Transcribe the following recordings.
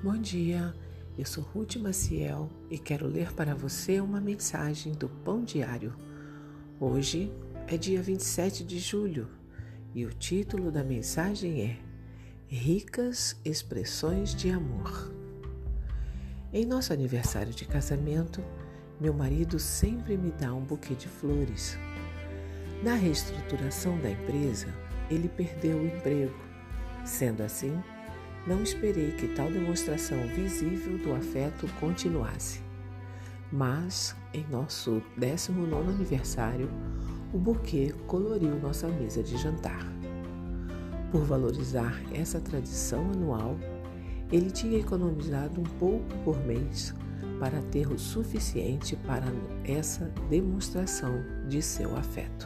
Bom dia, eu sou Ruth Maciel e quero ler para você uma mensagem do Pão Diário. Hoje é dia 27 de julho e o título da mensagem é Ricas Expressões de Amor. Em nosso aniversário de casamento, meu marido sempre me dá um buquê de flores. Na reestruturação da empresa, ele perdeu o emprego. Sendo assim, não esperei que tal demonstração visível do afeto continuasse. Mas, em nosso 19º aniversário, o buquê coloriu nossa mesa de jantar. Por valorizar essa tradição anual, ele tinha economizado um pouco por mês para ter o suficiente para essa demonstração de seu afeto.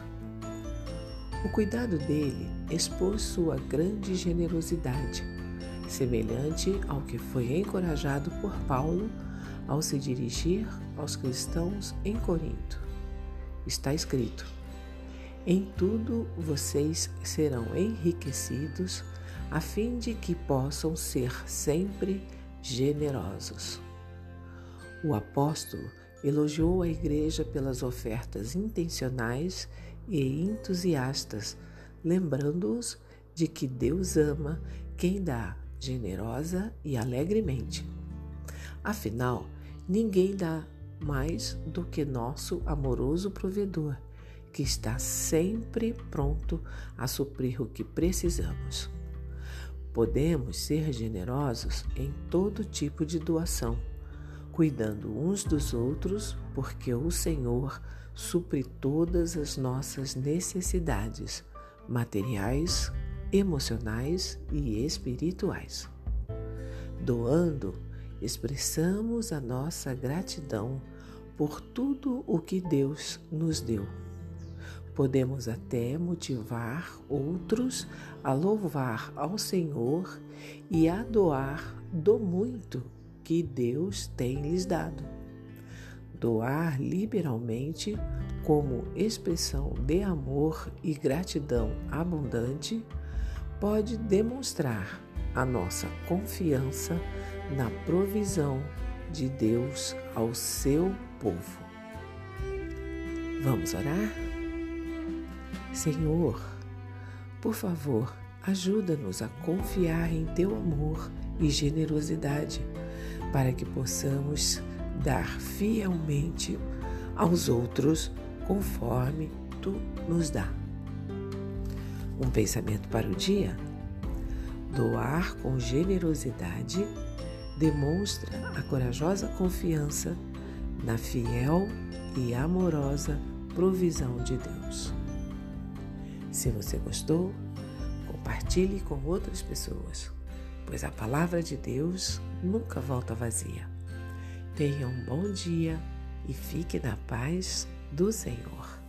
O cuidado dele expôs sua grande generosidade, semelhante ao que foi encorajado por Paulo ao se dirigir aos cristãos em Corinto. Está escrito: em tudo vocês serão enriquecidos, a fim de que possam ser sempre generosos. O apóstolo elogiou a igreja pelas ofertas intencionais e entusiastas, lembrando-os de que Deus ama quem dá generosa e alegremente. Afinal, ninguém dá mais do que nosso amoroso provedor, que está sempre pronto a suprir o que precisamos. Podemos ser generosos em todo tipo de doação, cuidando uns dos outros, porque o Senhor supre todas as nossas necessidades materiais, emocionais e espirituais. Doando, expressamos a nossa gratidão por tudo o que Deus nos deu. Podemos até motivar outros a louvar ao Senhor e a doar do muito que Deus tem lhes dado. Doar liberalmente, como expressão de amor e gratidão abundante, pode demonstrar a nossa confiança na provisão de Deus ao seu povo. Vamos orar? Senhor, por favor, ajuda-nos a confiar em Teu amor e generosidade, para que possamos dar fielmente aos outros conforme Tu nos dá. Um pensamento para o dia? Doar com generosidade demonstra a corajosa confiança na fiel e amorosa provisão de Deus. Se você gostou, compartilhe com outras pessoas, pois a palavra de Deus nunca volta vazia. Tenha um bom dia e fique na paz do Senhor.